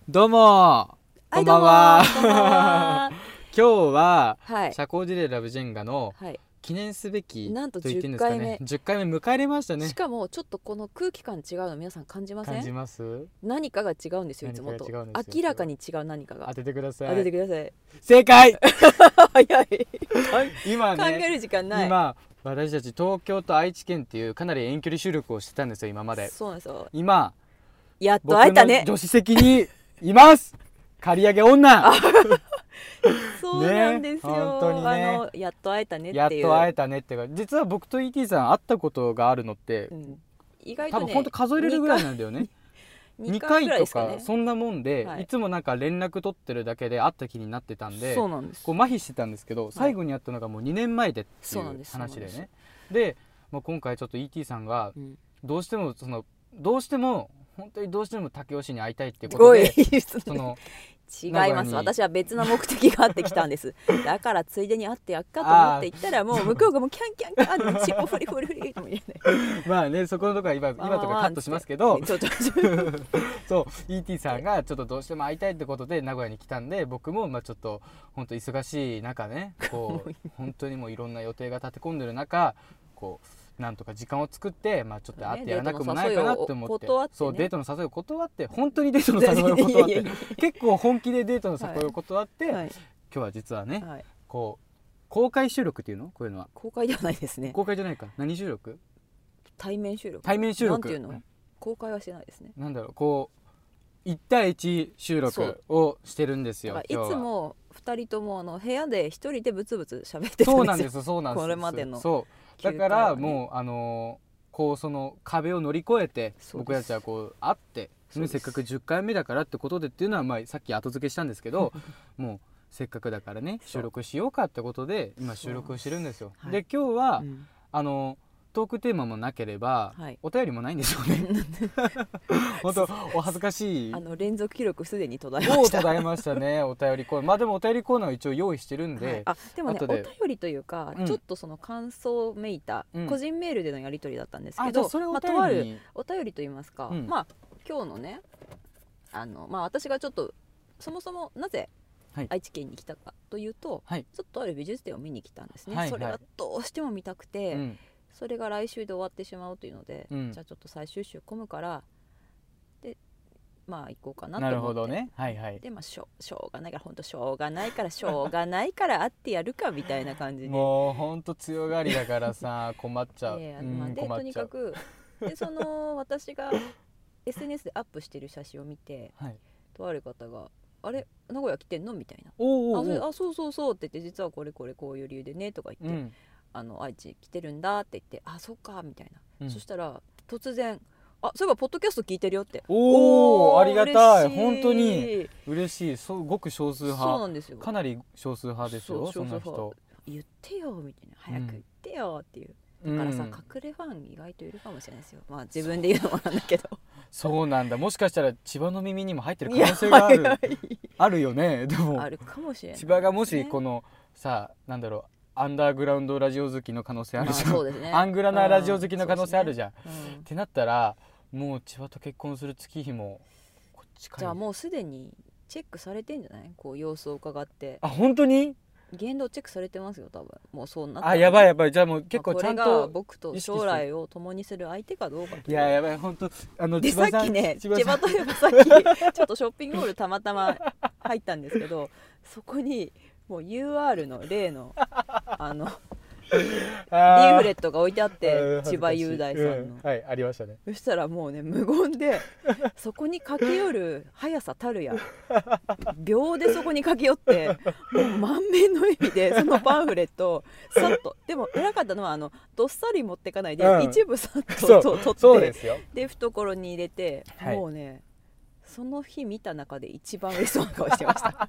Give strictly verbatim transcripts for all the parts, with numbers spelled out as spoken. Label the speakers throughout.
Speaker 1: どうもこんばんは。今日は、
Speaker 2: はい、
Speaker 1: 社交辞令ラブジェンガの
Speaker 2: はい、
Speaker 1: 記念すべき
Speaker 2: なんと
Speaker 1: と言っていいんですかね、
Speaker 2: じゅ
Speaker 1: じゅっかいめ迎えれましたね。
Speaker 2: しかもちょっとこの空気感違うの皆さん感じません？
Speaker 1: 感じます。
Speaker 2: 何かが違うんですよ、いつもと。
Speaker 1: 何かが違うんですよ
Speaker 2: 明らかに違う何かが。
Speaker 1: 当ててください。
Speaker 2: 当ててください。
Speaker 1: 正解
Speaker 2: 早い。
Speaker 1: 今
Speaker 2: 考え
Speaker 1: ね
Speaker 2: る時間ない。
Speaker 1: 今私たち東京と愛知県っていうかなり遠距離収録をしてたんですよ今まで。
Speaker 2: そうなんですよ。
Speaker 1: 今
Speaker 2: やっと
Speaker 1: 僕
Speaker 2: 会えたね。
Speaker 1: の助手席にいます刈り上げ女
Speaker 2: そうなんですよ、
Speaker 1: ね本当にね、
Speaker 2: あのやっと会えたねっていう。
Speaker 1: やっと会えたねっていうか、実は僕と イーティー さん会ったことがあるのって、
Speaker 2: うん、意外とね
Speaker 1: 多分本当数えれるぐらいなんだよね。にかいとかそんなもんで、はい、いつもなんか連絡取ってるだけで会った気になってたんで、
Speaker 2: そうなんです。
Speaker 1: こう麻痺してたんですけど、最後に会ったのがもうにねんまえでっていう話でね。で、まあ、今回ちょっと イーティー さんがどうしてもそのどうしても本当にどうしても武雄氏に会いたいってことで、その
Speaker 2: 違います。私は別の目的があってきたんです。だからついでに会ってやっかと思って行ったら、もう向こうがもうキャンキャンキャンって尻尾フリフリフリとも言えない
Speaker 1: まあね、そこのとこは今今とかカットしますけど、そう イーティー さんがちょっとどうしても会いたいってことで名古屋に来たんで、僕もまあちょっと本当忙しい中ね、こう本当にもういろんな予定が立て込んでる中、こうなんとか時間を作って、まあ、ちょっと会ってやらなくもないかなって思って、ね、そうデートの誘いを断って、本当にデートの誘いを断って結構本気でデートの誘いを断って、はいはい、今日は実はね、はい、こう公開収録っていうの、こういうのは
Speaker 2: 公開ではないですね。
Speaker 1: 公開じゃないか、何収録？
Speaker 2: 対面収録。
Speaker 1: 対面収録なん
Speaker 2: ていうの、公開はしてないですね。
Speaker 1: なんだろう、こういち対いち収録をしてるんですよ。
Speaker 2: いつもふたりともあの部屋でひとりでブツブツ喋ってるんですよ。
Speaker 1: そうなんです、そうなんです。
Speaker 2: これまでの
Speaker 1: そうだからもうあのー、こうその壁を乗り越えて僕たちはこう会って、ね、せっかくじゅっかいめだからってことでっていうのは、まあ、さっき後付けしたんですけどもうせっかくだからね収録しようかってことで今収録してるんですよ。で、はい、今日は、うん、あのトークテーマもなければ、はい、お便りもないんですよね。本当お恥ずかしい。
Speaker 2: あの連続記録すでに途絶えました。
Speaker 1: もう途絶えましたね。お便りコーナー。まあでもお便りコーナーは一応用意してるんで。はい、
Speaker 2: あでもねお便りというか、うん、ちょっとその感想めいた、うん、個人メールでのやり取りだったんですけど、
Speaker 1: それ
Speaker 2: まあ、とあるお便りといいますか、うん、まあ今日のねあのまあ私がちょっとそもそもなぜ愛知県に来たかというと、はい、ちょっとある美術展を見に来たんですね。はいはい、それはどうしても見たくて。うん、それが来週で終わってしまうというので、うん、じゃあちょっと最終週混むからでまあ行こうかなと思って。
Speaker 1: なるほどね、はいはい、
Speaker 2: でまあしょしょうがないから本当しょうがないからしょうがないから会ってやるかみたいな感じで
Speaker 1: もう本当強がりだからさ困っちゃう。
Speaker 2: いや、まあ、でとにかくでその私が エスエヌエス でアップしてる写真を見て、はい、とある方があれ名古屋来てんのみたいな、おーおーおー、あ, あそうそうそうって言って、実はこれこれこういう理由でねとか言って、うん、あの愛知来てるんだって言って、あそっかみたいな、うん、そしたら突然あそういえばポッドキャスト聞いてるよって。
Speaker 1: おおありがたい、本当に嬉しい。そうごく少数派。
Speaker 2: そうなんですよ、
Speaker 1: かなり少数派ですよ。そんな人
Speaker 2: 言ってよみたいな、早く言ってよっていう、うん、だからさ、隠れファン意外といるかもしれないですよ。まあ自分で言うのもなんだけど
Speaker 1: そうなんだ、もしかしたら千葉の耳にも入ってる可能性があるあるよね。でも
Speaker 2: あるかもしれない、ね、
Speaker 1: 千葉がもしこのさなんだろうアンダーグラウンドラジオ好きの可能性あるじゃん、まあそうですね、アングラなラジオ好きの可能性あるじゃん、うん、ってなったらもう千葉と結婚する月日もこっちか。
Speaker 2: じゃあもうすでにチェックされてんじゃない？こう様子を伺って。
Speaker 1: あ本当に
Speaker 2: 言動チェックされてますよ多分。もうそうなったら、
Speaker 1: あやばいやばい、じゃあもう結構ちゃんと、まあ、これが
Speaker 2: 僕と将来を共にする相手かどうか。
Speaker 1: いややばい本当あの
Speaker 2: で
Speaker 1: 千葉
Speaker 2: さっきね千葉といえばさっきちょっとショッピングモールたまたま入ったんですけど、そこにもう ユーアール の例のあのリーフレットが置いてあって、千葉雄大さんの、うん、
Speaker 1: はいありましたね。
Speaker 2: そしたらもうね無言でそこに駆け寄る速さたるや秒でそこに駆け寄ってもう満面の笑みでそのパンフレットをさっと、でも偉かったのはあのどっさり持ってかないで、うん、一部さっとと取って
Speaker 1: そうですよ。
Speaker 2: で懐に入れて、はい、もうねその日見た中で一番嬉しそうな顔してました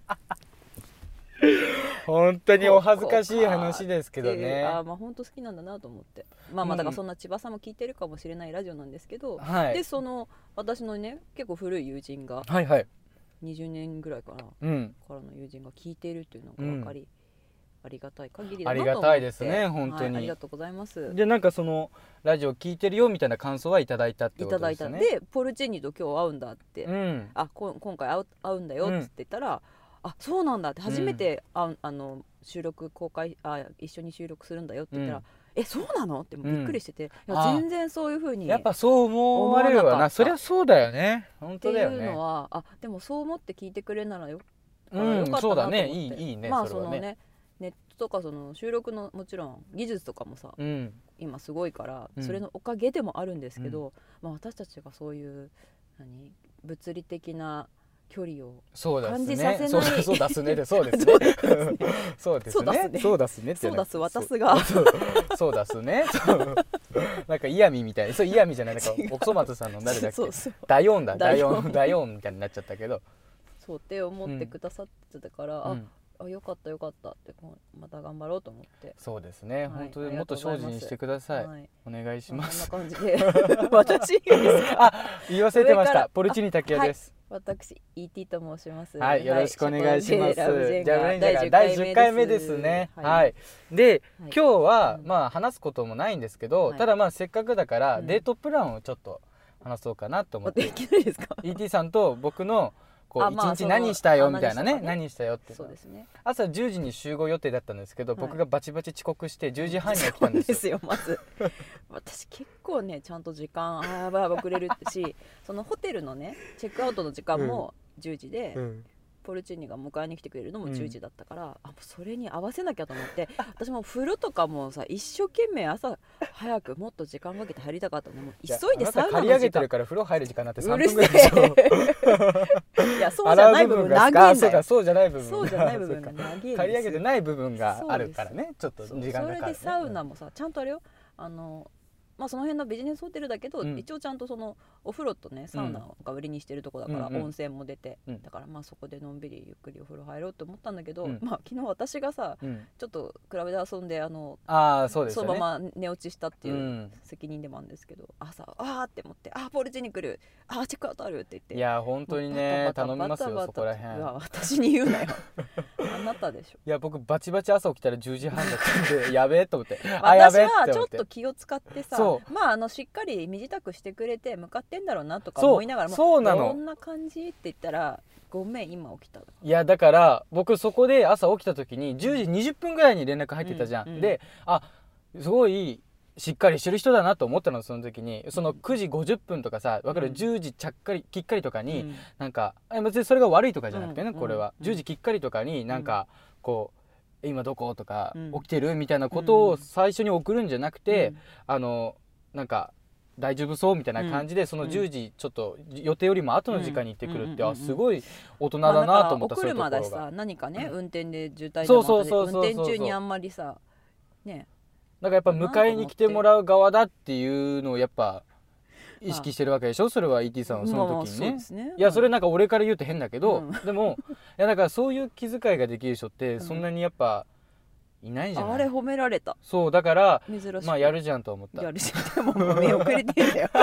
Speaker 1: 本当にお恥ずかしい話ですけどね。
Speaker 2: あまあ本当好きなんだなと思って、まあまあだからそんな千葉さんも聞いてるかもしれないラジオなんですけど、はい、でその私のね結構古い友人が、にじゅうねんぐらいかな、うん、からの友人が聞いているっていうのが分かり、 ありがたい限りだなと思って。
Speaker 1: ありがたいですね本当に、はい、
Speaker 2: ありがとうございます。
Speaker 1: でなんかそのラジオ聞いてるよみたいな感想はいただいたってことですよね。
Speaker 2: いただいた。でポルチーニと今日会うんだって、
Speaker 1: うん、
Speaker 2: あこ今回会う、会うんだよって言ったら、うん、あそうなんだって初めて、うん、ああの収録公開あ一緒に収録するんだよって言ったら、うん、えそうなのってびっくりしてて、うん、いや全然そういう風に
Speaker 1: やっぱそう思われるわな。そりゃそうだよね本当だよね
Speaker 2: っていうのは、あでもそう思って聞いてくれるならよ、
Speaker 1: うん、よかったなと思って。そうだね、いいいいね。
Speaker 2: まあそのねネットとかその収録のもちろん技術とかもさ、うん、今すごいから、うん、それのおかげでもあるんですけど、うんまあ、私たちがそういう何物理的な距離を感じさせない、
Speaker 1: そうですね、そうだすねでそうですねそうですねそうだすね
Speaker 2: そうだす私が
Speaker 1: そうだすねなんか嫌味みたいな、そう嫌味じゃない、なんか奥松さんの誰だっけダヨンだダヨンダヨンみたいになっちゃったけど、
Speaker 2: そうって思ってくださってたから、うん、ああよかったよかったってまた頑張ろうと思って。
Speaker 1: そうですね、はい、本当にもっと精進してください、はい、お願いします。
Speaker 2: こんな感じで私
Speaker 1: あ言い忘れてました、ポルチーニ竹谷です、
Speaker 2: はい、私 イーティー と申します。
Speaker 1: はい、よろしくお願いします。じゃあだいじゅっかいめですね。はい。で、今日はまあ話すこともないんですけど、ただまあせっかくだからデートプランをちょっと話そうかなと思って。
Speaker 2: いきなりですか？
Speaker 1: イーティー さんと僕のこう一日何したよみたいなね、何したよって。
Speaker 2: そうですね。
Speaker 1: 朝じゅうじに集合予定だったんですけど、僕がバチバチ遅刻してじゅうじはんに起きたんですよ。
Speaker 2: まず私結構ねちゃんと時間あやばいやばい遅れるし、そのホテルのねチェックアウトの時間もじゅうじで、うん、ポルチーニが迎えに来てくれるのもじゅうじだったから、うん、あもうそれに合わせなきゃと思って私も風呂とかもさ一生懸命朝早くもっと時間かけて入りたかったの。もう急いでサウナの時間
Speaker 1: 借り上げてるから風呂入る時間になってさんぷんぐらいでしょ。
Speaker 2: いやそうじゃない部分長いんだよ。
Speaker 1: そうじゃない部分
Speaker 2: そうじゃない部分が長いんですよ。
Speaker 1: 借り上げてない部分があるからね、ちょっと時間がかかる、ね、
Speaker 2: それでサウナもさちゃんとあれよ、あのまあ、その辺のビジネスホテルだけど、うん、一応ちゃんとそのお風呂とねサウナが売りにしてるとこだから、うん、温泉も出て、うん、だからまあそこでのんびりゆっくりお風呂入ろうと思ったんだけど、うん、まあ昨日私がさ、うん、ちょっとクラブで遊んであの
Speaker 1: あそうですよね、
Speaker 2: そのまま寝落ちしたっていう責任でもあるんですけど、朝あーって思ってあポルチーニ来るあーチェックアウトあるって言って、
Speaker 1: いや本当にね頼みますよそこら辺。
Speaker 2: 私に言うなよあなたでしょ。
Speaker 1: いや僕バチバチ朝起きたらじゅうじはんだったんでやべえと思って
Speaker 2: 私はちょっと気を使ってさ、まああのしっかり身支度してくれて向かってんだろうなとか思いながらも、
Speaker 1: そうなの、
Speaker 2: どんな感じって言ったらごめん今起きた。
Speaker 1: いやだから僕そこで朝起きた時にじゅうじにじゅっぷんぐらいに連絡入ってたじゃん、うんうん、であすごいしっかりしてる人だなと思ったの。その時にそのくじごじゅっぷんとかさ分かる、うん、じゅうじちゃっかりきっかりとかに、うん、なんか別にそれが悪いとかじゃなくてね、うん、これは、うん、じゅうじきっかりとかになんかこう今どことか、うん、起きてるみたいなことを最初に送るんじゃなくて、うん、あのなんか大丈夫そうみたいな感じで、うん、そのじゅうじちょっと予定よりも後の時間に行ってくるって、うん、あすごい大人だなと思った。
Speaker 2: お車だしさ何かね、うん、運転で渋滞でもあったり運転中にあんまりさね
Speaker 1: だからやっぱ迎えに来てもらう側だっていうのをやっぱ意識してるわけでしょ、それは イーティー さんはその時にね。まあまあねいやそれなんか俺から言うと変だけど、うん、でもいやだからそういう気遣いができる人ってそんなにやっぱいないじゃない。
Speaker 2: あれ褒められた。
Speaker 1: そうだからまあやるじゃんと思った。
Speaker 2: やるじゃん。でも目遅れてんだよ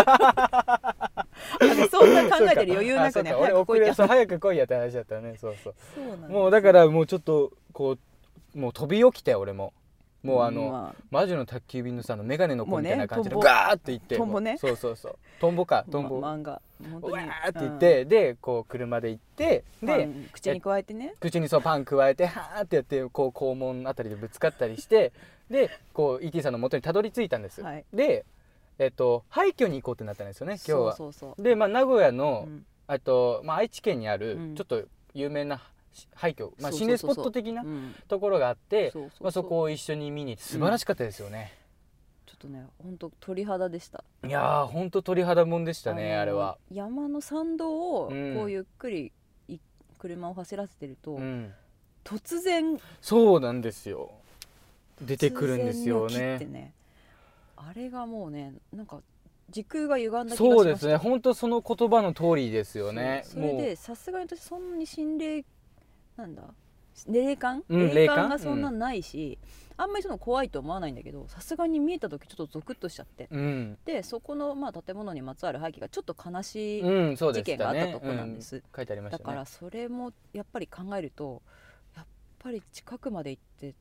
Speaker 2: そんな考えてる余裕なくね
Speaker 1: 早く来いや早く来いやって話だったね。そうそうそうもうだからもうちょっとこうもう飛び起きて俺ももうあの、まあ、魔女の宅急便のさメガネの子みたいな感じでガーっていって
Speaker 2: トンボね
Speaker 1: そうそうそうトンボかトンボ、
Speaker 2: ま、漫画
Speaker 1: うわーって言って、うん、でこう車で行ってで
Speaker 2: 口に加えてね
Speaker 1: 口にそうパン加えてはーってやってこう肛門あたりでぶつかったりしてでこう イーティー さんの元にたどり着いたんです、はい、でえっと廃墟に行こうってなったんですよね今日は。そうそうそうでまあ名古屋の、うん、あと、まあ、愛知県にある、うん、ちょっと有名な廃墟、まあ、心霊スポット的なところがあってそこを一緒に見に行って素晴らしかったですよね、
Speaker 2: うん、ちょっとね本当鳥肌でした。
Speaker 1: いやー本当鳥肌もんでしたね あ, あれは。
Speaker 2: 山の山道をこうゆっくり、うん、車を走らせてると、うん、突然
Speaker 1: そうなんですよ出てくるんですよ ね,
Speaker 2: ねあれがもうねなんか時空が歪んだ気がしました。
Speaker 1: そうですね本当その言葉の通りですよね。
Speaker 2: それでさすがに私そんなに心霊なんだ霊感、うん、霊感がそんなないし、うん、あんまりその怖いと思わないんだけどさすがに見えた時ちょっとゾクッとしちゃって、うん、でそこの、まあ、建物にまつわる廃棄がちょっと悲しい事件があったとこなんです、うんねうん、
Speaker 1: 書いてありましたね。
Speaker 2: だからそれもやっぱり考えるとやっぱり近くまで行って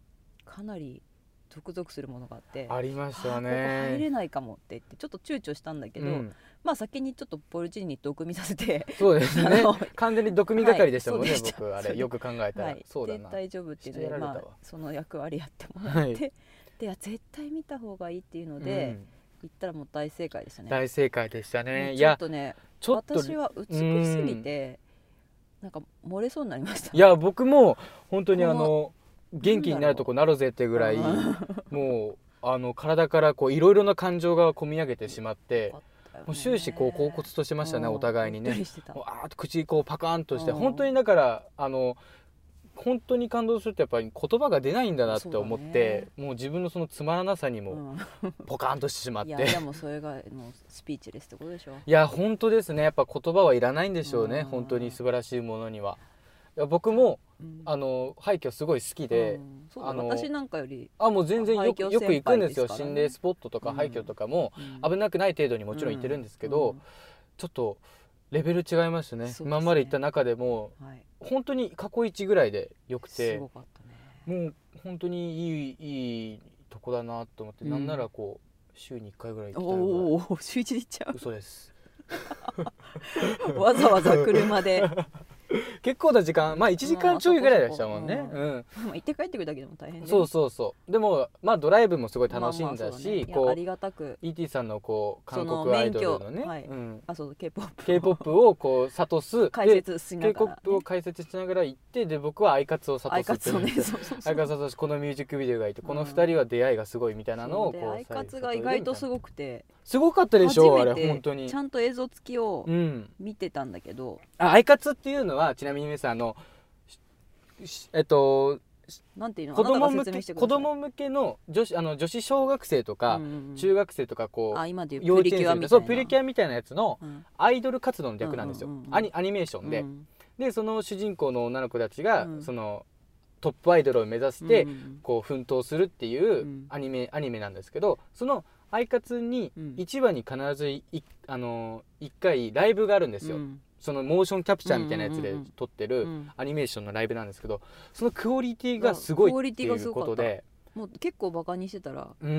Speaker 2: かなりゾクゾクするものがあって、
Speaker 1: ありましたね。
Speaker 2: ここ入れないかもって言ってちょっと躊躇したんだけど、うん、まあ先にちょっとポルチーニ毒味させて、
Speaker 1: そうですね完全に毒味係でしたもんね、はい、僕あれよく考えたら、はい、
Speaker 2: そうだな、で大丈夫っていうので、まあ、その役割やってもらって、はい、で絶対見た方がいいっていうので、うん、行ったらもう大正解でしたね。
Speaker 1: 大正解でしたね。
Speaker 2: ちょっとね、ちょっと私は美しすぎてなんか漏れそうになりました。
Speaker 1: いや僕も本当にあの元気になるとこなるぜってぐらいもうあの体からこういろいろな感情がこみ上げてしまって、もう終始こう恍惚としてましたね、お互いにね。もうあーっと口こうパカーンとして、本当にだからあの本当に感動するとやっぱり言葉が出ないんだなって思って、ね、もう自分のそのつまらなさにもポカーンとしてしまって、いや
Speaker 2: いやもうそれがもうスピーチレスってことでしょ。
Speaker 1: いや本当ですね、やっぱ言葉はいらないんでしょうね、本当に素晴らしいものには。いや僕も、うん、あの廃墟すごい好きで、
Speaker 2: うん、あの私なんかより
Speaker 1: あもう全然よく、よく行くんですよ、心霊スポットとか廃墟とかも、うん、危なくない程度にもちろん行ってるんですけど、うん、ちょっとレベル違いましたね。ね、今まで行った中でも、はい、本当に過去一ぐらいでよくて、
Speaker 2: すごかったね、
Speaker 1: もう本当にいいいいとこだなと思って、うん、なんならこう週にいっかいぐらい行きたいぐらい。
Speaker 2: おお週一で行っちゃう。
Speaker 1: 嘘です
Speaker 2: わざわざ車で
Speaker 1: 結構な時間、まあいちじかんちょいぐらいでしたもんね。うん
Speaker 2: 行って帰ってくるだけでも大変で、
Speaker 1: そうそうそう。でもまあドライブもすごい楽しんだし、
Speaker 2: こうありがたく
Speaker 1: イーティー さんのこう韓国アイドルのね、
Speaker 2: はい、うん、あそう K-ポップ
Speaker 1: K-ポップ をこう諭す
Speaker 2: 解説しながら、ね、
Speaker 1: K-ポップ を解説しながら行って、で僕はアイカツを諭すっていう、アイカツをね、アイカツ諭しこのミュージックビデオがいて、このふたりは出会いがすごいみたいなのをこう、
Speaker 2: アイカツが意外とすごくて、
Speaker 1: すごかったでしょあれ本当に。
Speaker 2: ちゃんと映像付きを見てたんだけど、うん、
Speaker 1: あアイカツっていうのはちなみに皆さんあのえっと
Speaker 2: なんていうの、
Speaker 1: 子供向け子供向けの女子あの女子小学生とか、うんうん、中学生とかこう
Speaker 2: あ今でいうプリキュアみたいな、
Speaker 1: そうプリキュアみたいなやつのアイドル活動の略なんですよ、うんうんうん、アニ、アニメーションで、うん、でその主人公の女の子たちが、うん、そのトップアイドルを目指して、うんうん、こう奮闘するっていうアニメ、うん、アニメなんですけど、そのアイカツにいちわに必ずい、あのいっかいライブがあるんですよ、うん、そのモーションキャプチャーみたいなやつで撮ってるアニメーションのライブなんですけど、そのクオリティがすごいっていうことで、
Speaker 2: もう結構バカにしてたら、うん、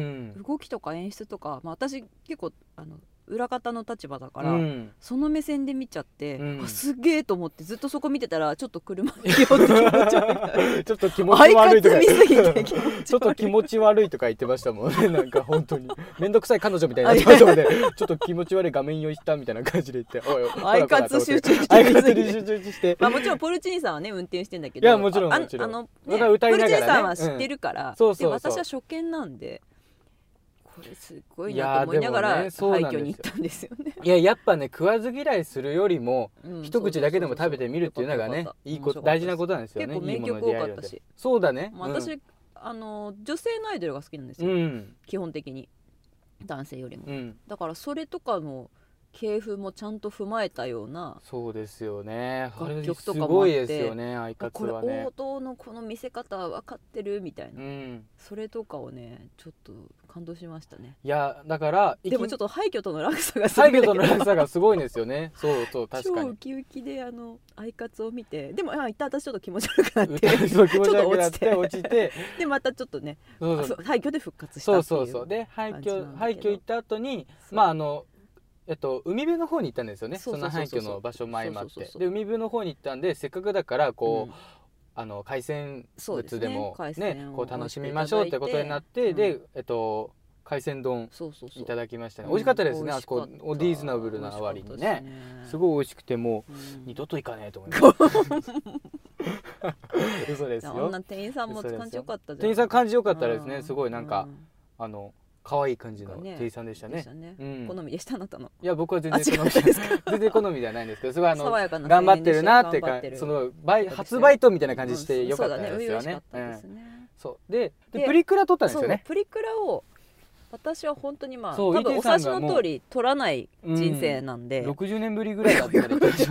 Speaker 2: 動きとか演出とか、まあ、私結構あの裏方の立場だから、うん、その目線で見ちゃって、うん、すげえと思ってずっとそこ見てたら、ちょっと車に気持ち悪い
Speaker 1: ちょっと気持ち悪いとか
Speaker 2: 見すぎて気持ち悪い
Speaker 1: ちょっと気持ち悪いとか言ってましたもんね。なんか本当にめんどくさい彼女みたいになってましたのでちょっと気持ち悪い画面用意したみたいな感じで言って、おいおい
Speaker 2: アイカツ集中して
Speaker 1: アイカツに集中して、
Speaker 2: まあ、もちろんポルチーニさんはね運転してんだけど、
Speaker 1: いやもちろんもちろん、あの、
Speaker 2: ね、歌いながらね、ポルチーニさんは知ってるから、うん、そうそうそう、で私は初見なんでこれすごいなと思いながら、ね、廃墟に行ったんですよね。
Speaker 1: いややっぱね、食わず嫌いするよりも、うん、一口だけでも食べてみるっていうのがね、いいこと大事なことなんですよね。
Speaker 2: 結構名曲多かったし、
Speaker 1: そうだね、
Speaker 2: まあ、私、うん、あの女性のアイドルが好きなんですよ、うん、基本的に男性よりも、うん、だからそれとかの系譜もちゃんと踏まえたような、
Speaker 1: そうですよね、
Speaker 2: 楽曲とかもあって、
Speaker 1: すごいですよね、アイカツはね、
Speaker 2: これ王道のこの見せ方は分かってるみたいな、うん、それとかをねちょっと感動しましたね。
Speaker 1: いやだから
Speaker 2: でもちょっと廃墟との落差がすごい、
Speaker 1: 廃墟との落差がすごいんですよねそうそう、確かに
Speaker 2: 超ウキウキであのアイカツを見て、でもあ一旦私ちょっと気持ち悪くなってちょっと落ちて落ちてでまたちょっとね、そうそう廃墟で復活したっていう、
Speaker 1: そうそうそう、で廃墟廃墟行った後にまああのえっと、海辺の方に行ったんですよね。その廃墟の場所も相まって、で海辺の方に行ったんで、せっかくだからこう、うん、あの海鮮物でも ね, ねこう楽しみましょうってことになって、うん、で、えっと、海鮮丼いただきましたね。美味しかったですね、うん、あそこリーズナブルな割にね、すごい美味しくて、もう、うん、二度と行かねえと思います嘘ですよ。
Speaker 2: あんな店員さんも感じよかったじゃん。
Speaker 1: 店員さん感じよかったですね、すごいなんか、うん、あの可愛い感じの店員さんでしたね。
Speaker 2: 好みでした、あなたの。
Speaker 1: いや僕は全然好みです。全然好みではないんですけど、すごいあの頑張ってるなっていうか、そのバイ初バイトみたいな感じしてよかったですよね。そうでプリクラ撮ったんですよね。
Speaker 2: プリクラを私は本当にまあ多分お察しの通り撮らない人生なんで、
Speaker 1: ろくじゅうねんぶりぐらいだったり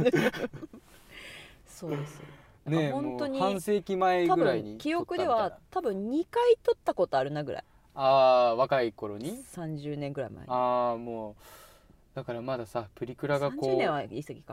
Speaker 2: そうです。
Speaker 1: ね、本当に半世紀前ぐらいに
Speaker 2: 記憶では多分にかい撮ったことあるなぐらい。
Speaker 1: ああ若い頃に
Speaker 2: さんじゅうねんぐらい前に。
Speaker 1: ああもうだからまださプリクラがこう
Speaker 2: さんじゅうねんは言い過ぎか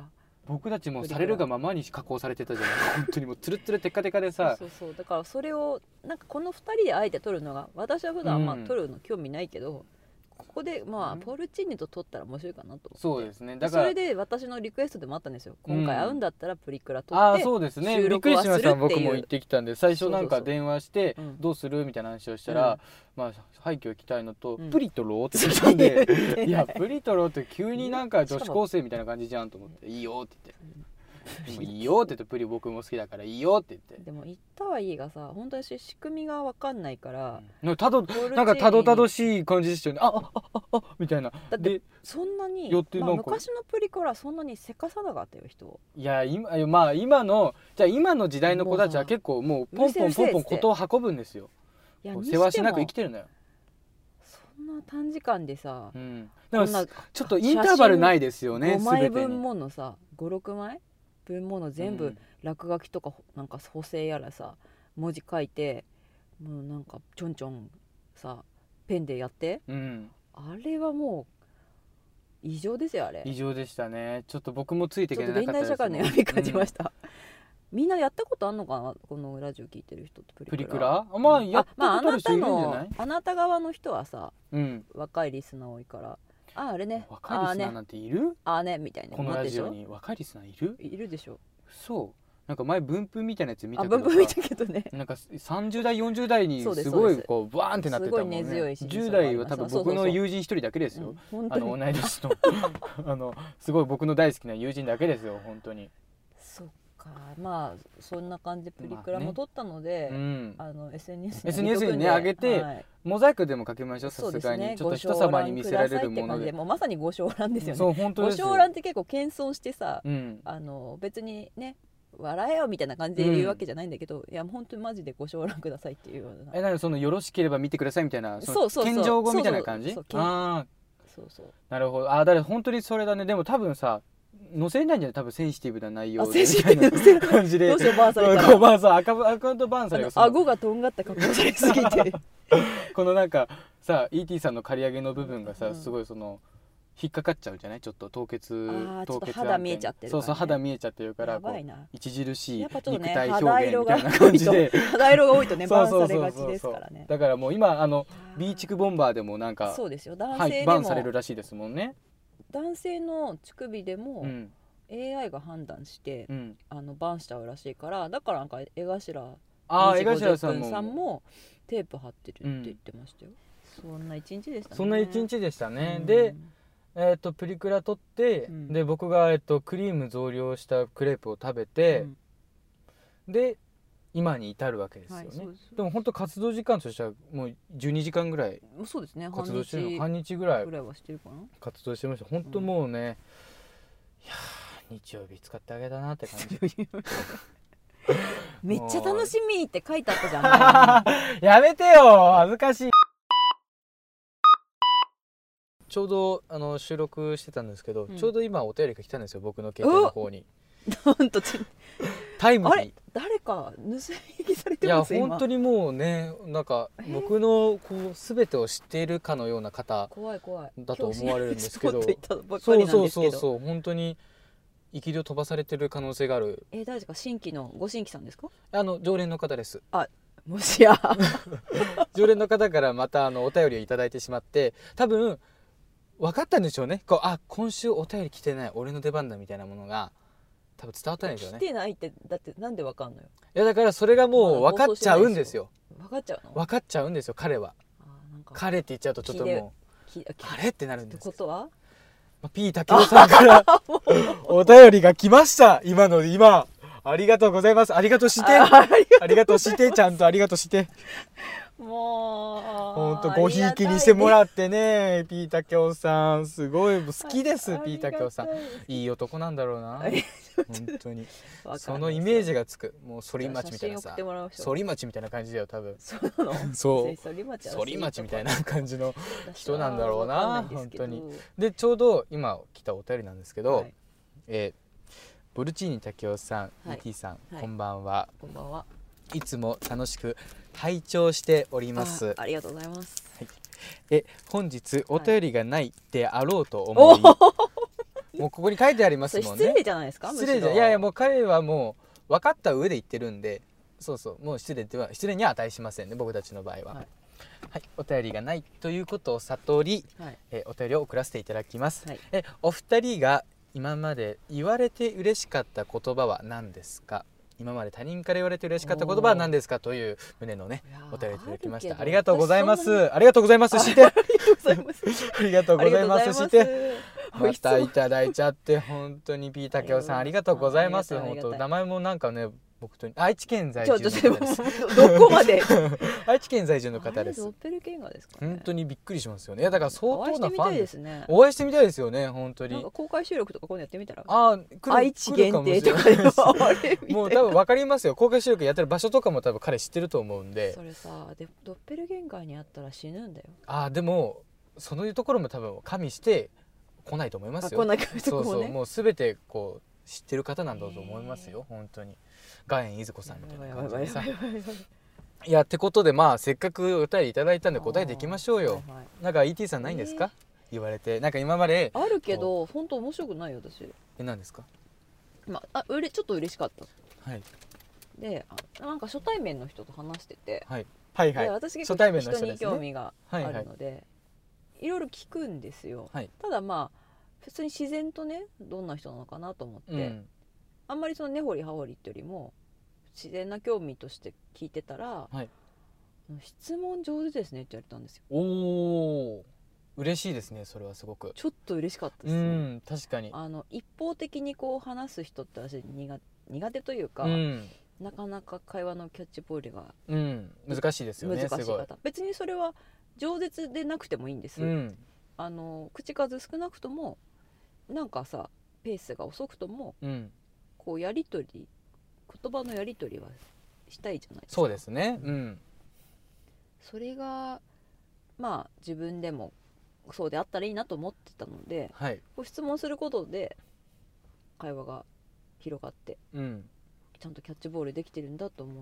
Speaker 1: 僕たちもされるがままに加工されてたじゃない本当にもうツルツルテカテカでさ
Speaker 2: そうそうそうだからそれをなんかこのふたりであえて撮るのが私は普段まあ撮るの興味ないけど、うん、ここでまあポルチーニと撮ったら面白いかなと思って。
Speaker 1: そうですね。だから
Speaker 2: それで私のリクエストでもあったんですよ。今回会うんだったらプリクラ撮って、うん、
Speaker 1: あそうですね。びっくりしました。僕も行ってきたんで最初なんか電話してどうするみたいな話をしたら、うん、まあ廃墟行きたいのと、うん、プリ撮ろうって言ってたんで、いやプリ撮ろうって急になんか女子高生みたいな感じじゃんと思っていいよって言って。うんでもいいよって言ってプリ僕も好きだからいいよって言って
Speaker 2: でも行ったはいいがさ本当に仕組みが分かんないから、
Speaker 1: うん、たどなんかたどたどしい感じですよねあああああみたいな
Speaker 2: だってそんなに、まあ、昔のプリクラそんなにせかさなかったよ人
Speaker 1: いや今まあ今のじゃあ今の時代の子たちは結構もうポンポンポンポンことを運ぶんですよいや世話しなく生きてるのよ
Speaker 2: そんな短時間でさ、
Speaker 1: うん、でもちょっとインターバルないですよね
Speaker 2: ごまいぶんものさごろくまい分もの全部落書きとかなんか補正やらさ文字書いてもうなんかちょんちょんさペンでやって、うん、あれはもう異常ですよあれ
Speaker 1: 異常でしたねちょっと僕もついていけなかったです
Speaker 2: ちょっと現代社会の闇感じました、うん、みんなやったことあんのかなこのラジオ聞いてる人って
Speaker 1: プリクラまあやったことある人いるんじゃない、
Speaker 2: あなた側の人はさ、うん、若いリスナー多いからああれね
Speaker 1: 若いリスナーなんている
Speaker 2: ああねみたいな
Speaker 1: このラジオに若いリスナーいる
Speaker 2: いるでしょ
Speaker 1: そうなんか前分布みたいなやつ見たけど
Speaker 2: あ分布見たけどね
Speaker 1: なんかさんじゅう代よんじゅう代にすごいこうバーンってなってたもんねじゅう代は多分僕の友人一人だけですよ、うん、あの同い年のあのすごい僕の大好きな友人だけですよ本当に
Speaker 2: そっかまあそんな感じでプリクラも撮ったので、まあねうん、あの エスエヌエス に
Speaker 1: エスエヌエス にね上げて、はい、モザイクでもかけましょうさすがに、ね、ちょっと人様に見せられるもので
Speaker 2: もうまさにご賞覧ですよね
Speaker 1: そう本当です
Speaker 2: ご賞覧って結構謙遜してさ、うん、あの別にね笑えよみたいな感じで言うわけじゃないんだけど、うん、いや本当にマジでご賞覧くださいっていうような
Speaker 1: えなんかそのよろしければ見てくださいみたいなそうそうそう謙譲語みたいな感じ
Speaker 2: そうそうあそうそう
Speaker 1: なるほどあだから本当にそれだねでも多分さ載せれないんじゃない多分センシティブな内容でみたいな感じで
Speaker 2: どうしようバーンされたら
Speaker 1: バーンさアカアカウントバーンされる
Speaker 2: 顎がとんがった格好されすぎて
Speaker 1: このなんかさ イーティー さんの刈り上げの部分がさ、うん、すごいその引っかかっちゃうじゃないちょっと凍結
Speaker 2: 凍結肌見えちゃってるから、ね、
Speaker 1: そうそう肌見えちゃってるから
Speaker 2: こう
Speaker 1: 著しい肉
Speaker 2: 体
Speaker 1: 表現みたいな感じで
Speaker 2: 肌色が多いとねバンされがちですからね
Speaker 1: だからもう今あのビーチクボンバーでもなんか
Speaker 2: そうですよ男性でも、
Speaker 1: はい、バンされるらしいですもんね
Speaker 2: 男性の乳首でも、うん、エーアイ が判断して、うん、あのバンしちゃうらしいからだからなんか江頭
Speaker 1: あ江頭
Speaker 2: さんもさんもテープ貼ってるって言ってましたよ、うん、そんな一日でしたね
Speaker 1: そんな一日でしたね、うん、でえー、とプリクラ撮って、うん、で僕が、えー、とクリーム増量したクレープを食べて、うん、で今に至るわけですよね、はい、で, でも本当活動時間としてはもうじゅうにじかんぐらい
Speaker 2: そうですね
Speaker 1: 活動してるの半日ぐらい
Speaker 2: はしてるかな
Speaker 1: 活動してました本当もうね、うん、いや日曜日使ってあげたなって感じ
Speaker 2: めっちゃ楽しみって書いてあったじゃ
Speaker 1: んやめてよ恥ずかしいちょうどあの収録してたんですけど、うん、ちょうど今お便りが来たんですよ僕の携帯の方に
Speaker 2: なんと
Speaker 1: タイムリーあれ
Speaker 2: 誰か盗み聞きされてます
Speaker 1: いや本当にもうねなんか僕のこう全てを知っているかのような方だと思われるんですけどそうそうそうそう本当に生きりを飛ばされてる可能性がある
Speaker 2: えー、誰ですか新規のご新規さんですか
Speaker 1: あの常連の方です
Speaker 2: あもしや
Speaker 1: 常連の方からまたあのお便りをいただいてしまって多分分かったんでしょうねこうあ今週お便り来てない俺の出番だみたいなものが多分伝わったんでしょうね
Speaker 2: 来てないってだってなんで分かんのよ
Speaker 1: いやだからそれがもう分かっちゃうんですよ
Speaker 2: 分かっちゃうの
Speaker 1: 分かっちゃうんですよ彼はあなんか彼って言っちゃうとちょっともうあれってなるんです
Speaker 2: ってことは、
Speaker 1: まあ、P 武雄さんからお便りが来ました今の今ありがとうございますありがとうしてありがとうしてちゃんとありがとうして
Speaker 2: もう
Speaker 1: 本当ごひいきにしてもらってねピータケオさんすごい好きですピータケオさんいい男なんだろうな本当にそのイメージがつくもう反町みたいなさ反町みたいな感じだよ多分
Speaker 2: そうなの
Speaker 1: そう反町みたいな感じの人なんだろうな本当にでちょうど今来たお便りなんですけど、はい、えー、ボルチーニ武雄さん、はい、イティさん、はい、こんばんは
Speaker 2: こんばんはい
Speaker 1: つも楽しく拝聴しております。
Speaker 2: あ、ありがとうございます。
Speaker 1: はい、え本日お便りがないであろうと思い、はもうここに書いてありますもんね。
Speaker 2: 失礼じゃないですか。
Speaker 1: 失礼じゃ、いやいや、もう彼はもう分かった上で言ってるんで、そうそう、もう失礼では失礼には値しませんね、僕たちの場合は。はい、はい、お便りがないということを悟り、はい、えお便りを送らせていただきます。はい、えお二人が今まで言われて嬉しかった言葉は何ですか。今まで他人から言われて嬉しかった言葉は何ですかという旨のねお便りいただきました。ありがとうございます。ありがとうございます。してありがとうございます。してまたいただいちゃって本当にピータケオさんありがとうございます。本当名前もなんかね、僕と愛知県在住の方です。
Speaker 2: どこまで
Speaker 1: 愛知県在住の方です。
Speaker 2: ドッペルゲンガーですかね。
Speaker 1: 本当にびっくりしますよね。いやだから相当なファンです
Speaker 2: ね。
Speaker 1: お会いしてみたいですよね、本当に。
Speaker 2: なんか公開収録とか今度やってみたら。
Speaker 1: ああ、
Speaker 2: 愛知限定とかで
Speaker 1: もう多分わかりますよ。公開収録やってる場所とかも多分彼知ってると思うんで。
Speaker 2: それさ、でドッペルゲンガーに会ったら死ぬんだよ。
Speaker 1: ああ、でもそういうところも多分加味して来ないと思いますよ。
Speaker 2: 来ないからとこもね。
Speaker 1: そうそう、もうすべてこう知ってる方なんだと思いますよ、本当に。岩塩いずこさんみたいな感じでさ。いやってことで、まあせっかくお便りいただいたんで答えていきましょうよ。はいはい、なんか イーティー さんないんですか、えー、言われてなんか今まで
Speaker 2: あるけど本当面白くないよ私。
Speaker 1: え、何ですか。
Speaker 2: まあ、あうれちょっと嬉しかった。
Speaker 1: はい。
Speaker 2: で、あなんか初対面の人と話してて、
Speaker 1: はいはいはい、
Speaker 2: で私結構人に興味があるので、はいはい、いろいろ聞くんですよ。はい、ただまあ普通に自然とねどんな人なのかなと思って、うん、あんまりその根掘り葉掘りってよりも自然な興味として聞いてたら、はい、質問上手ですねって言われたんですよ。
Speaker 1: おー、嬉しいですね。それはすごく
Speaker 2: ちょっと嬉しかったですね。
Speaker 1: うん、確かに
Speaker 2: あの一方的にこう話す人って私苦、苦手というか、うん、なかなか会話のキャッチボールが、
Speaker 1: うん、難しいですよね。
Speaker 2: 難しい方。別にそれは饒舌でなくてもいいんです、うん、あの口数少なくともなんかさペースが遅くとも、うん、こうやり取り言葉のやり取りはしたいじゃないですか。
Speaker 1: そうですね、うん、
Speaker 2: それがまあ自分でもそうであったらいいなと思ってたので、はい、こう質問することで会話が広がって、うん、ちゃんとキャッチボールできてるんだと思って。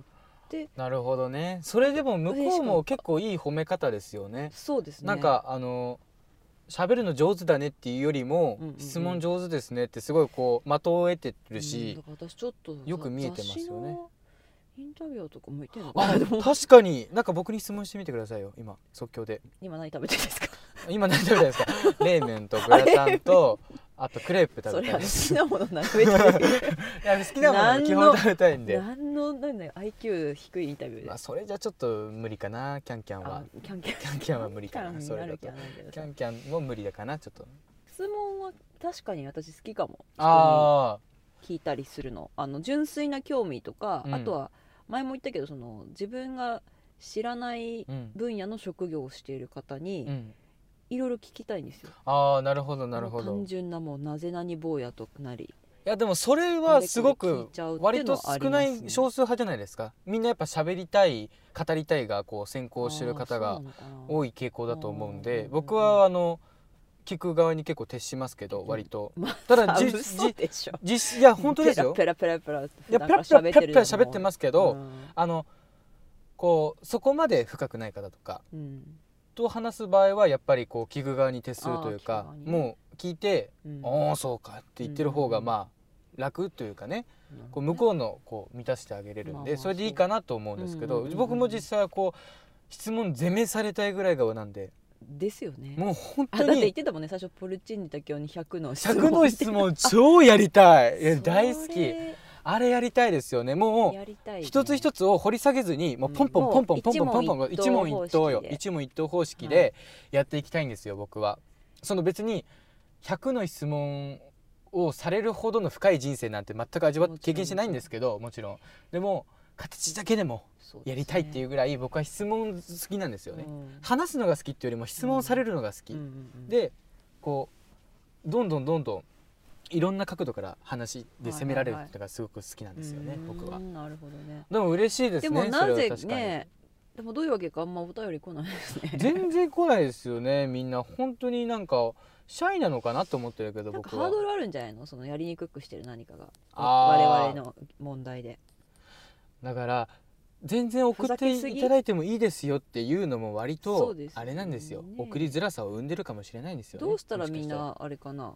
Speaker 1: なるほどね。それでも向こうも結構いい褒め方ですよね。
Speaker 2: そうですね。
Speaker 1: なんかあの喋るの上手だねっていうよりも、うんうんうん、質問上手ですねってすごいこう的を得てるし、うん、だから私ちょっとよく見えてますよね。
Speaker 2: インタビューとか向いてるのかな。
Speaker 1: あ、確かに。なんか僕に質問してみてくださいよ今即興で。
Speaker 2: 今何食べてるんですか。
Speaker 1: 今何食べてるんですか。冷麺とグラタンとあとクレープ食べたいです。
Speaker 2: それ好きなもの何食べたい。い
Speaker 1: や好きなもの基本食べたいんで。
Speaker 2: 何の何の アイキュー 低いインタビューで。
Speaker 1: まあそれじゃちょっと無理かな。キャンキャンは。
Speaker 2: キャンキャン
Speaker 1: キャンキャンは無理かな。それだとキャンキャンも無理だかなちょっと。
Speaker 2: 質問は確かに私好きかも。ああ。聞いたりするの。あの純粋な興味とか、うん、あとは前も言ったけどその自分が知らない分野の職業をしている方に、うんいろいろ聞きたいんですよ。
Speaker 1: ああ、なるほどなるほど。
Speaker 2: 単純なもうなぜなに坊やとなり。
Speaker 1: いやでもそれはすごく割と少ない少数派じゃないですか。みんなやっぱ喋りたい語りたいがこう先行してる方が多い傾向だと思うんで、僕はあの聞く側に結構徹しますけど割と。
Speaker 2: ただ実
Speaker 1: 実いや本当ですよ。
Speaker 2: ペラペラペラペラ
Speaker 1: いやペラペラペラペラ喋ってますけど、あのこうそこまで深くない方とか。と話す場合はやっぱりこう聞く側に徹するというか、もう聞いて「ああそうか」って言ってる方がまあ楽というかね、こう向こうのこう満たしてあげれるんでそれでいいかなと思うんですけど、僕も実際はこう質問攻めされたいぐらい側なんで。
Speaker 2: ですよね。
Speaker 1: もう本当に
Speaker 2: だって言ってたもんね最初ポルチーニだけにひゃくの質問
Speaker 1: ひゃくの質問超やりたい。いや大好き。あれやりたいですよね。もう一つ一つを掘り下げずにもうポンポンポンポンポンポンポンポン一問一答よ一問一答方式でやっていきたいんですよ僕は。その別にひゃくの質問をされるほどの深い人生なんて全く味わって経験してないんですけど、もちろんでも形だけでもやりたいっていうぐらい僕は質問好きなんですよね。話すのが好きっていうよりも質問されるのが好きで、こうどんどんどんどんいろんな角度から話で攻められるのがすごく好きなんですよね、はいはいはい、僕は。
Speaker 2: なるほどね。
Speaker 1: でも嬉しいですね。
Speaker 2: でもなぜね、でもどういうわけかあんまお便り来ないですね。
Speaker 1: 全然来ないですよね。みんな本当になんかシャイなのかなと思ってるけど、僕は
Speaker 2: ハードルあるんじゃないの、そのやりにくくしてる何かが我々の問題で。
Speaker 1: だから全然送っていただいてもいいですよっていうのも割とあれなんですよ、送りづらさを生んでるかもしれないんですよね。
Speaker 2: どうしたらみんなあれかな、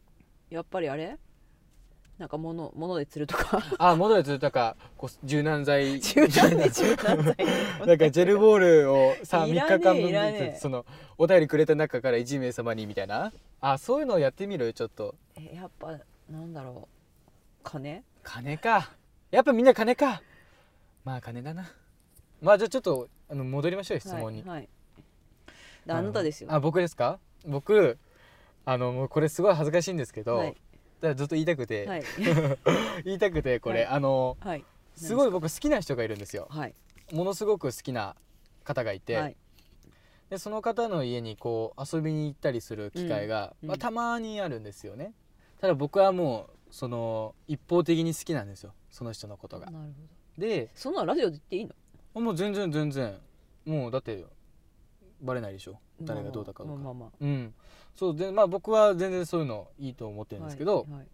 Speaker 2: やっぱりあれなんか物物で釣るとか
Speaker 1: あ物で釣るとかこう柔軟剤
Speaker 2: 柔軟剤柔軟剤
Speaker 1: なんかジェルボールをさみっかかんぶん
Speaker 2: いらねえ
Speaker 1: そのお便りくれた中からいちめい様にみたいなあそういうのをやってみるちょっと
Speaker 2: えやっぱなんだろう金
Speaker 1: 金かやっぱみんな金かまあ金だなまあじゃあちょっとあの戻りましょう質問に、
Speaker 2: はいはい、であなたですよ
Speaker 1: あ僕ですか僕あのもうこれすごい恥ずかしいんですけど、はい、だからずっと言いたくて、はい、言いたくてこれ、はい、あの、はい、すごい僕好きな人がいるんですよ、はい、ものすごく好きな方がいて、はい、でその方の家にこう遊びに行ったりする機会が、うんまあ、たまにあるんですよね。ただ僕はもうその一方的に好きなんですよその人のことが。なるほど。で
Speaker 2: そんなラジオで言っていいの？
Speaker 1: もう全然全然もうだってバレないでしょ誰がどうだかとか、まあまあまあ、うんそうでまあ僕は全然そういうのいいと思ってるんですけど、はいはい、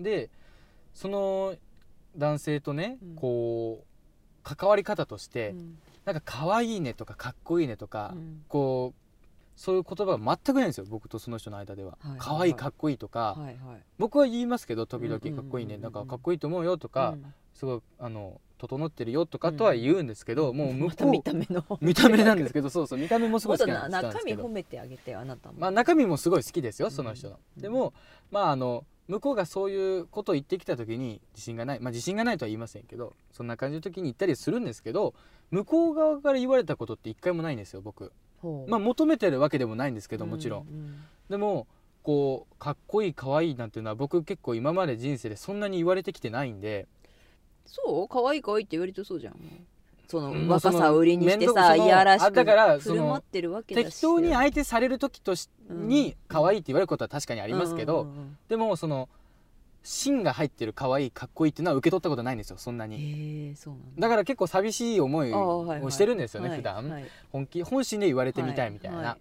Speaker 1: でその男性とね、うん、こう関わり方として、うん、なんか可愛いねとかかっこいいねとか、うん、こうそういう言葉が全くないんですよ僕とその人の間では、はいはいはい、可愛いかっこいいとか、はいはい、僕は言いますけど時々かっこいいねなんかかっこいいと思うよとか、うん、すごいあの整ってるよとかとは言うんですけど、うん、もう向こう、ま、
Speaker 2: 見た目の
Speaker 1: 見た目なんですけどそうそう見た目もすごい好きなんです
Speaker 2: 中身褒めてあげてあなたも、
Speaker 1: まあ、中身もすごい好きですよその人の、うん、でもまああの向こうがそういうことを言ってきた時に自信がないまあ自信がないとは言いませんけどそんな感じの時に言ったりするんですけど向こう側から言われたことって一回もないんですよ僕。まあ求めてるわけでもないんですけどもちろん、うんうん、でもこうかっこいいかわいいなんていうのは僕結構今まで人生でそんなに言われてきてないんで。
Speaker 2: そうかわいいかわいいって言われてそうじゃんその若さを売りにしてさいやらしく振る舞ってるわけだし
Speaker 1: 適当に相手される時とし、うん、に可愛いって言われることは確かにありますけど、うんうんうん、でもその芯が入ってる可愛いかっこいいっていうのは受け取ったことないんですよそんなに。へそうなんだ。だから結構寂しい思いをしてるんですよね、はいはい、普段、はい、本気本心で言われてみたいみたいな、はいはい、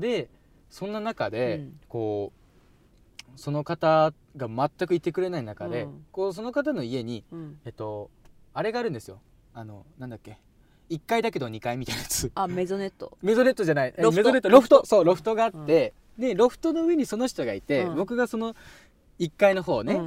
Speaker 1: でそんな中で、うん、こうその方が全くいてくれない中で、うん、こうその方の家に、うん、えっとあれがあるんですよあのなんだっけいっかいだけどにかいみたいなやつ
Speaker 2: あメゾネット
Speaker 1: メゾネットじゃないメゾネットロフトそうロフトがあって、うん、でロフトの上にその人がいて、うん、僕がそのいっかいの方ね、うん、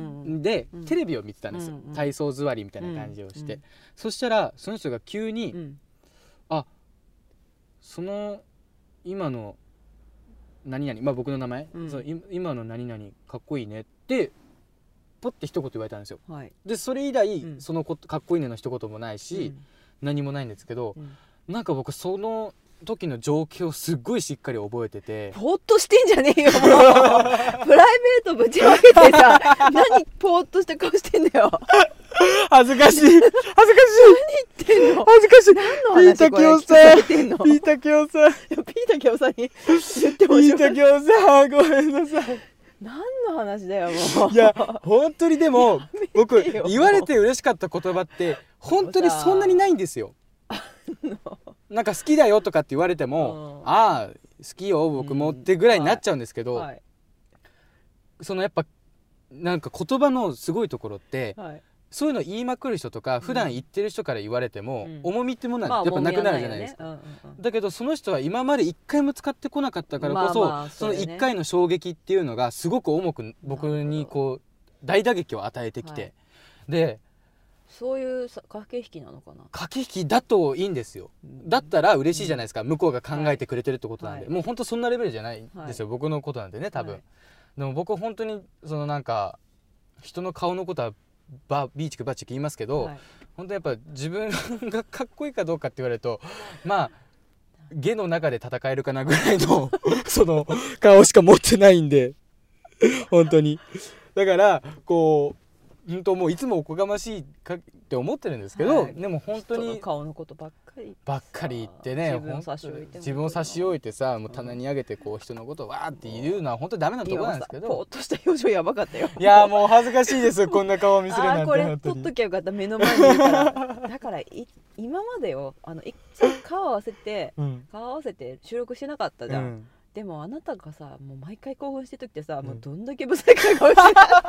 Speaker 1: で、うん、テレビを見てたんですよ、うん、体操座りみたいな感じをして、うん、そしたらその人が急に、うん、あその今の何々まあ僕の名前、うん、その今の何々かっこいいねってポッて一言言われたんですよ、はい、でそれ以来、うん、そのこかっこいいねの一言もないし、うん、何もないんですけど、うん、なんか僕その時の状況をすっごいしっかり覚えてて
Speaker 2: ポーっとしてんじゃねえよもうプライベートぶちまけてさ何ポーっとした顔してんだよ
Speaker 1: 恥ずかしい恥ずかしい
Speaker 2: 何言ってんの
Speaker 1: 恥ずかしい
Speaker 2: 何の話これ聞かれてんの
Speaker 1: ピータケオさん
Speaker 2: ピータケオさんに言っても
Speaker 1: しょうがないピータケオさんごめんなさい
Speaker 2: 何の話だよもう
Speaker 1: いや本当にでも僕言われて嬉しかった言葉って本当にそんなにないんですよなんか好きだよとかって言われても、うん、ああ好きよ僕もってぐらいになっちゃうんですけど、うんはい、そのやっぱなんか言葉のすごいところって、はい、そういうの言いまくる人とか普段言ってる人から言われても、うん、重みってものはやっぱなくなるじゃないですか、まあねうんうんうん、だけどその人は今まで一回も使ってこなかったからこそ、まあまあそれね、その一回の衝撃っていうのがすごく重く僕にこう大打撃を与えてきて、はい、で
Speaker 2: そういう駆け引きなのかな
Speaker 1: 駆け引きだといいんですよ、うん、だったら嬉しいじゃないですか、うん、向こうが考えてくれてるってことなんで、はい、もう本当そんなレベルじゃないですよ、はい、僕のことなんでね多分、はい、でも僕本当にそのなんか人の顔のことはバビーチクバッチク言いますけど、はい、本当やっぱ自分がかっこいいかどうかって言われるとまあ下の中で戦えるかなぐらいのその顔しか持ってないんで本当にだからこう本当もういつもおこがましいかって思ってるんですけど、はい、でも本当に
Speaker 2: 人の顔のことばっかり
Speaker 1: ばっかり言ってね自分を差し置いて自分を差し置いてさもう棚に上げてこう人のことをわーって言うのは本当にダメなところなんですけど
Speaker 2: ポーっとした表情やばかったよ
Speaker 1: いやもう恥ずかしいですこんな顔を見せるなんて
Speaker 2: あこれ撮っときゃよかった目の前にいるからだからい今までよあの一回顔合わせて、うん、顔合わせて収録してなかったじゃん、うん、でもあなたがさもう毎回興奮してる時ってさ、うん、もうどんだけブサイクな顔して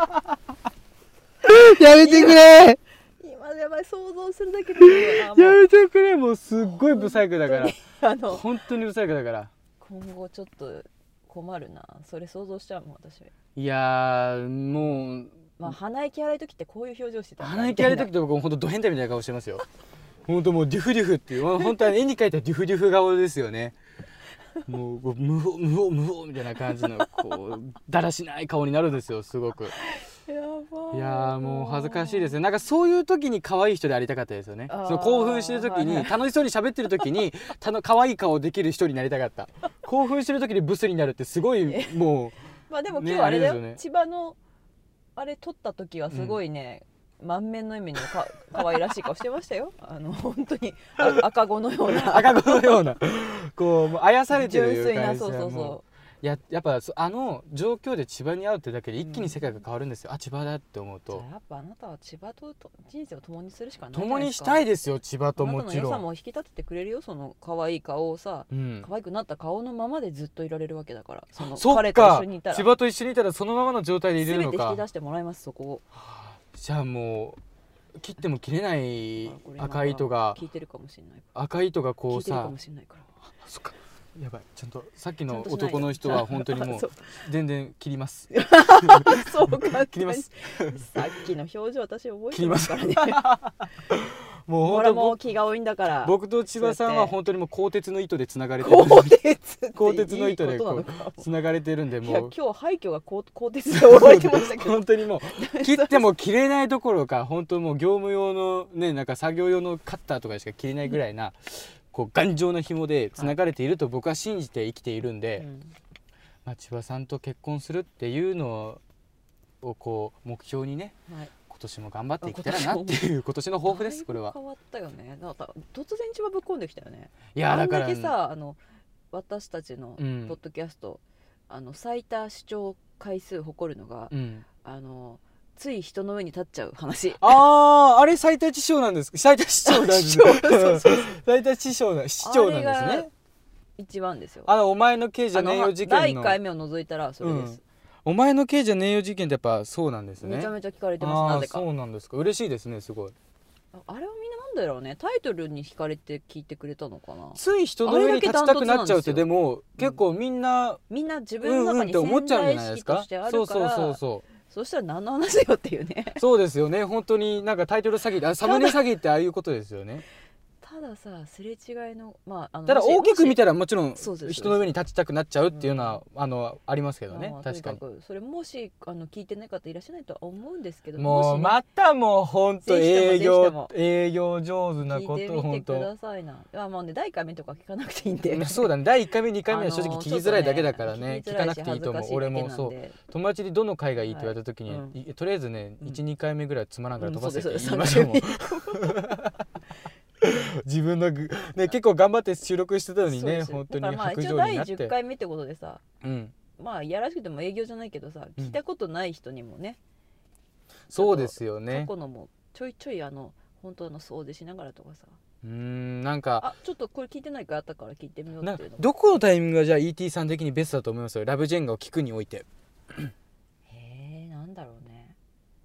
Speaker 2: る
Speaker 1: やめてくれ
Speaker 2: 今やばい想像するだけで
Speaker 1: やめてくれもうすっごいブサイクだからあの本当にブサイクだから
Speaker 2: 今後ちょっと困るなそれ想像しちゃうもん私
Speaker 1: いやもう
Speaker 2: まあ鼻息荒い時ってこういう表情してた
Speaker 1: 鼻息荒い時って僕ほんとド変態みたいな顔してますよほんともうデュフデュフっていう本当は絵に描いたデュフデュフ顔ですよねもう無法無法無法みたいな感じのこうだらしない顔になるんですよすごく。
Speaker 2: やばい。
Speaker 1: いやもう恥ずかしいですね。なんかそういう時に可愛い人でありたかったですよね。その興奮してる時に、はいはい、楽しそうに喋ってる時にたの可愛い顔できる人になりたかった興奮してる時にブスになるってすごいもう
Speaker 2: まあでも今日あれだよ、ね、千葉のあれ撮った時はすごいね、うん、満面の意味のか可愛らしい顔してましたよあの本当に赤子のような
Speaker 1: 赤子のようなこうもうあやされてる
Speaker 2: 純粋なそうそうそう
Speaker 1: や, やっぱあの状況で千葉に会うってだけで一気に世界が変わるんですよ、うん、あ千葉だって思うと。
Speaker 2: じゃあやっぱあなたは千葉と人生を共にするしかないじゃないですか。
Speaker 1: 共にしたいですよ千葉と。もちろんあなたの良
Speaker 2: さも引き立ててくれるよその可愛い顔をさ、うん、可愛くなった顔のままでずっといられるわけだから。その彼と一緒にいたら
Speaker 1: 千葉と一緒にいたらそのままの状態でいれるのか。
Speaker 2: 全て引き出してもらいますそこを。
Speaker 1: じゃあもう切っても切れない赤い糸が
Speaker 2: 聞いてるかもしれない
Speaker 1: 赤い糸がこうさ聞い
Speaker 2: てるかもしれないから。
Speaker 1: そっかやばいちゃんとさっきの男の人は本当にもう全然切ります
Speaker 2: そうか
Speaker 1: 切ります
Speaker 2: さっきの表情私覚えてますからね
Speaker 1: もう
Speaker 2: 本当もう気が多いんだから
Speaker 1: 僕と千葉さんは本当にもう鋼鉄の糸でつながれてる
Speaker 2: 鋼鉄
Speaker 1: 鋼鉄の糸でこうつながれてるんでもういや
Speaker 2: 今日廃墟が鋼鉄で覚えてましたけど
Speaker 1: 本当にもう切っても切れないどころか本当もう業務用のねなんか作業用のカッターとかしか切れないぐらいなこう頑丈な紐でつながれていると僕は信じて生きているんで、はいうんまあ、千葉さんと結婚するっていうのをこう目標にね、はい、今年も頑張っていけたらなっていう今年の抱負ですこれは。
Speaker 2: 変わったよね。なんか突然千葉ぶっ込んできたよね。
Speaker 1: いやだから
Speaker 2: あんだけさあの私たちのポッドキャスト、うん、あの最多視聴回数誇るのが、うん、あのつい人の上に立っちゃう話。
Speaker 1: あああれ最多視聴なんですか。最多視聴なんですね最多視聴な視聴なんですね。
Speaker 2: 一番ですよ。
Speaker 1: あのお前の刑じゃねえよ事件の
Speaker 2: だいいっかいめを除いたらそれです、
Speaker 1: うん、お前の刑じゃねえよ事件ってやっぱそうなんですね。
Speaker 2: めちゃめちゃ聞かれてますなぜか。
Speaker 1: そうなんですか。嬉しいですねすごい。
Speaker 2: あれはみんななんだろうねタイトルに惹かれて聞いてくれたのかな。
Speaker 1: つい人の上に立ちたくなっちゃうってでも結構みんな、
Speaker 2: うん、みんな自分の中に潜在意識としてあるから、うんうん、そうそうそうそうそしたら何の話よっていうね
Speaker 1: そうですよね本当になんかタイトル詐欺あサムネ詐欺ってああいうことですよね
Speaker 2: たださすれ違いのまああの
Speaker 1: ただ大きく見たらもちろん人の上に立ちたくなっちゃうっていうのは、うん、あのありますけどね、まあ、確かに
Speaker 2: それもしあの聞いてない方いらっしゃらないとは思うんですけど
Speaker 1: もうまたもう本当営業営業上手なこと
Speaker 2: 聞いてみてくださいな。いやもうねだいいっかいめとか聞かなくていいんで
Speaker 1: そうだねだいいっかいめにかいめは正直聞きづらいだけだからね、ね、聞かなくていいと思う。俺もそう友達にどの回がいいって言われた時に、はいうん、とりあえずね いち,に 回目ぐらいつまらんから飛ばせって言いましょうもん自分の、ね、結構頑張って収録してたのにね本当に白状になって。
Speaker 2: 一応だいじゅっかいめってことでさ、うん、まあやらしくても営業じゃないけどさ聞いたことない人にもね、
Speaker 1: うん、そうですよね。
Speaker 2: 過去のもちょいちょいあの本当の掃除しながらとかさ
Speaker 1: うーんなんか
Speaker 2: あちょっとこれ聞いてないからあったから聞いてみようっていうの
Speaker 1: どこのタイミングがじゃあ イーティー さん的にベストだと思いますよラブジェンガを聞くにおいて
Speaker 2: へえなんだろうね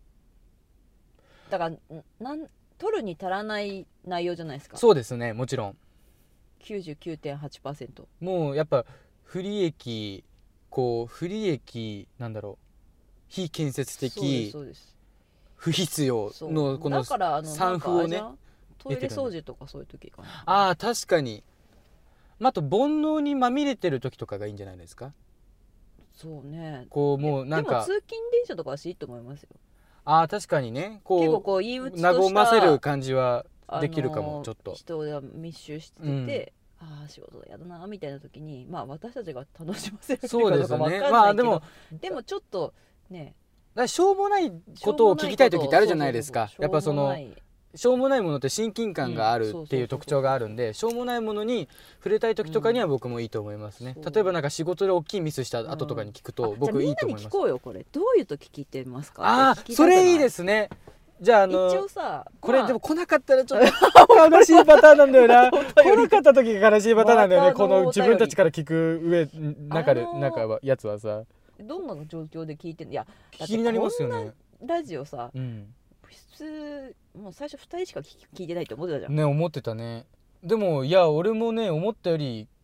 Speaker 2: だからなん取るに足らない内容じゃないですか。
Speaker 1: そうですねもちろん
Speaker 2: きゅうじゅうきゅうてんはちパーセント
Speaker 1: もうやっぱ不利益こう不利益なんだろう非建設的不必要のこの産婦をね
Speaker 2: トイレ掃除とかそういう時かな。
Speaker 1: ああ確かに、まあ、あと煩悩にまみれてる時とかがいいんじゃないですか。
Speaker 2: そうね
Speaker 1: こうもうなんか
Speaker 2: でも通勤電車とかはしいいと思いますよ。
Speaker 1: ああ確かにねこう
Speaker 2: 結構こう陰鬱とした
Speaker 1: 和ませる感じはできるかもちょっと
Speaker 2: 人が密集してて、うん、ああ仕事やだなみたいな時にまあ私たちが楽しませるかどうか分かんないけど、まあ、でもでもちょっとね
Speaker 1: だしょうもないことを聞きたい時ってあるじゃないですか。やっぱそのしょうもないものって親近感があるっていう特徴があるんでしょうもないものに触れたい時とかには僕もいいと思いますね、うん、例えばなんか仕事で大きいミスした後とかに聞くと僕いいと思います。
Speaker 2: みんなに聞こうよこれどういう時聞いてますか。
Speaker 1: ああそれいいですね。じゃああの
Speaker 2: 一応さ
Speaker 1: これでも来なかったらちょっと悲しいパターンなんだよな来なかった時が悲しいパターンなんだよねこの自分たちから聞く上中でなんかやつはさ
Speaker 2: どんな状況で聞いてんの。いや
Speaker 1: 気になりますよね。
Speaker 2: ラジオさ、うん、普通もう最初ふたりしか聞いてないと思ってたじゃん
Speaker 1: ね思ってたね。でもいや俺もね思ったより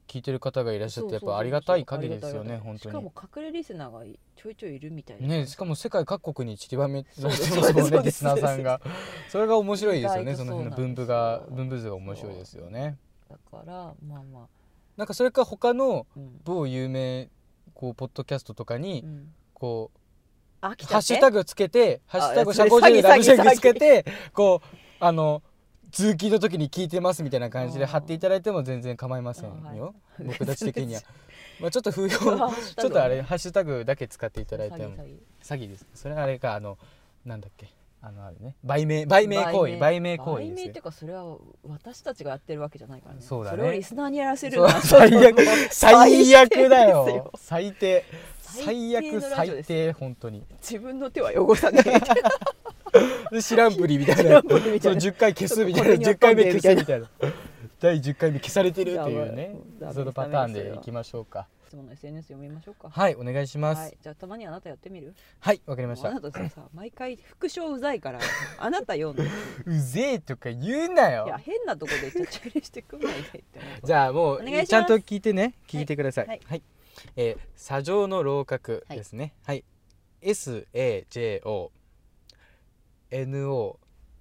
Speaker 1: 聞いてる方がいらっしゃってやっぱありがたい限りですよね。本当に。し
Speaker 2: かも隠れリスナーがちょいちょいいるみたいな
Speaker 1: ね。しかも世界各国に散りばめられてますもんね、リスナーさんが。それが面白いですよね。その辺の分布が分布図が面白いですよね。
Speaker 2: だからまあまあ
Speaker 1: なんかそれか他の某有名こうポッドキャストとかにこうハッシュタグつけてハッシュタグシャコジェラブシェグつけてこうあの通勤の時に聞いてますみたいな感じで貼っていただいても全然構いませんよ、僕たち的には。まあちょっと不要ちょっとあれハッシュタグだけ使っていただいても詐欺です。それはあれかあのなんだっけあのあれね売名売名行為売名行為ですよ。
Speaker 2: 売名っていうかそれは私たちがやってるわけじゃないからね。
Speaker 1: そうだね。
Speaker 2: それをリスナーにやらせるのは
Speaker 1: 最悪最悪だよ。最低最悪最低本当に。
Speaker 2: 自分の手は汚さないみたい
Speaker 1: な。知らんぷりみたいな。そうじゅっかい消すみたいな。じゅっかいめ消すみたいな。だいじゅっかいめ消されてるっていうね。そのパターンでいきましょうか。
Speaker 2: いつもの エスエヌエス 読みましょうか。
Speaker 1: はいお願いします。
Speaker 2: はい、じゃあたまにあなたやってみる？
Speaker 1: はいわかりました。
Speaker 2: あなたさ毎回副賞うざいからあなた読んで。
Speaker 1: うぜえとか言うなよ。
Speaker 2: いや変なとこでちゃちゃ入れしてくんないでって。
Speaker 1: じゃあもうちゃんと聞いてね聞いてください。はい。はい、えー、砂上の楼閣ですね。はい。エスエージェーオーエヌオ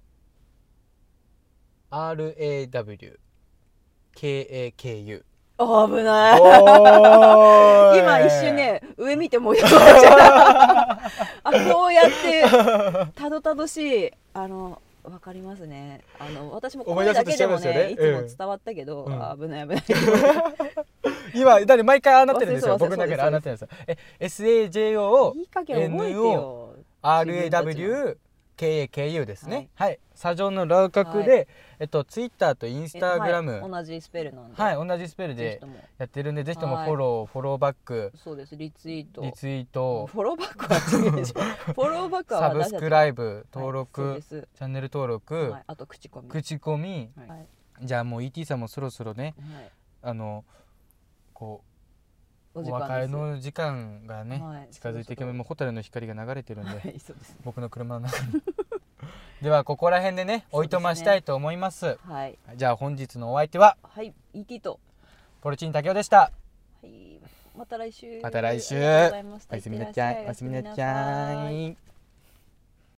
Speaker 1: ーアールエーダブリューケーエーケーユー。
Speaker 2: 危ない今一瞬ね上見てもう一度あこうやってたどたどしいあのわかりますね。あの私も声だけでもねいつも伝わったけど、うん、危ない危ない
Speaker 1: 今だって毎回ああなってるんですよ。僕の中でああなってるんですよ。え エスエージェーオーエヌオーアールエーダブリューケーエーケーユー ですね。はい。砂上の楼閣で、はい、えっとツイッターとインスタグラム、
Speaker 2: はい、同じスペルなんで、
Speaker 1: はい同じスペルでやってるんでぜひともフォロー、はい、フォローバック、
Speaker 2: そうですリツイート、
Speaker 1: リツイート、
Speaker 2: フォローバックは違うでしょ。フォローバックは
Speaker 1: サブスクライブ登録、
Speaker 2: はい、チ
Speaker 1: ャンネル登録、
Speaker 2: はい、あと口コミ、
Speaker 1: 口コミ、はい、じゃあもう イーティー さんもそろそろね、はい、あのこう。お別れの時間がね、はい、近づいてきてもうホタルの光が流れてるんで、はい、そうですね、僕の車の中にではここら辺でねおいとましたいと思います。すね、はい、じゃあ本日のお相手は、
Speaker 2: はい、イーティー と
Speaker 1: ポルチーニ竹雄でした。
Speaker 2: はい、また来週。
Speaker 1: また来週。おやすみなさい。おやすみなさい。